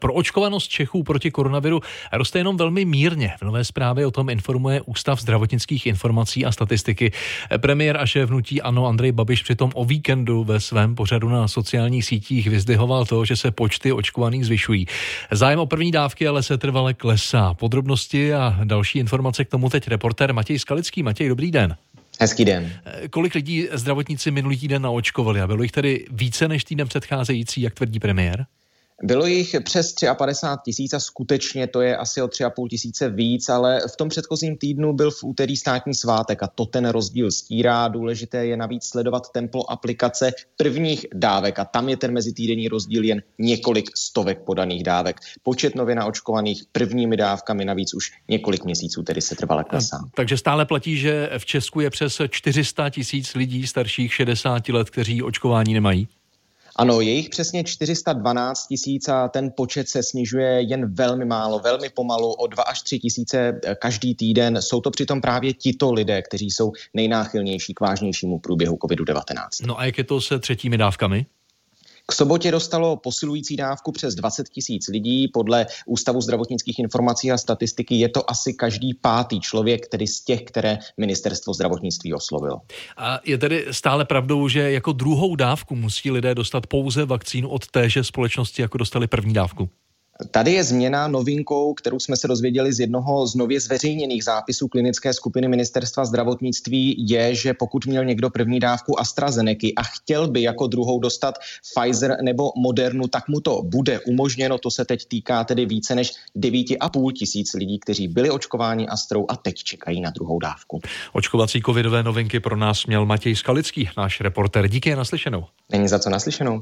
Proočkovanost Čechů proti koronaviru roste jenom velmi mírně. V nové zprávě o tom informuje Ústav zdravotnických informací a statistiky. Premiér a šéf hnutí ANO Andrej Babiš přitom o víkendu ve svém pořadu na sociálních sítích vyzdvihoval to, že se počty očkovaných zvyšují. Zájem o první dávky ale se trvale klesá. Podrobnosti a další informace k tomu teď reportér Matěj Skalický. Matěj, dobrý den. Hezký den. Kolik lidí zdravotníci minulý týden naočkovali a bylo jich tedy více než týden předcházející, jak tvrdí premiér? Bylo jich přes 53 000 a skutečně to je asi o 3 500 víc, ale v tom předchozím týdnu byl v úterý státní svátek a to ten rozdíl stírá. Důležité je navíc sledovat tempo aplikace prvních dávek a tam je ten mezitýdenní rozdíl jen několik stovek podaných dávek. Počet nově naočkovaných prvními dávkami navíc už několik měsíců tedy se trvale klesá. Takže stále platí, že v Česku je přes 400 000 lidí starších 60 let, kteří očkování nemají? Ano, je jich přesně 412 000 a ten počet se snižuje jen velmi málo, velmi pomalu, o 2 až 3 tisíce každý týden. Jsou to přitom právě tito lidé, kteří jsou nejnáchylnější k vážnějšímu průběhu COVID-19. No a jak je to se třetími dávkami? K sobotě dostalo posilující dávku přes 20 000 lidí. Podle Ústavu zdravotnických informací a statistiky je to asi každý pátý člověk, tedy z těch, které ministerstvo zdravotnictví oslovilo. A je tedy stále pravdou, že jako druhou dávku musí lidé dostat pouze vakcínu od téže společnosti, jako dostali první dávku? Tady je změna novinkou, kterou jsme se dozvěděli z jednoho z nově zveřejněných zápisů klinické skupiny ministerstva zdravotnictví, je, že pokud měl někdo první dávku AstraZenecy a chtěl by jako druhou dostat Pfizer nebo Modernu, tak mu to bude umožněno. To se teď týká tedy více než 9 500 lidí, kteří byli očkováni Astrou a teď čekají na druhou dávku. Očkovací covidové novinky pro nás měl Matěj Skalický, náš reportér. Díky, naslyšenou. Není za co, naslyšenou.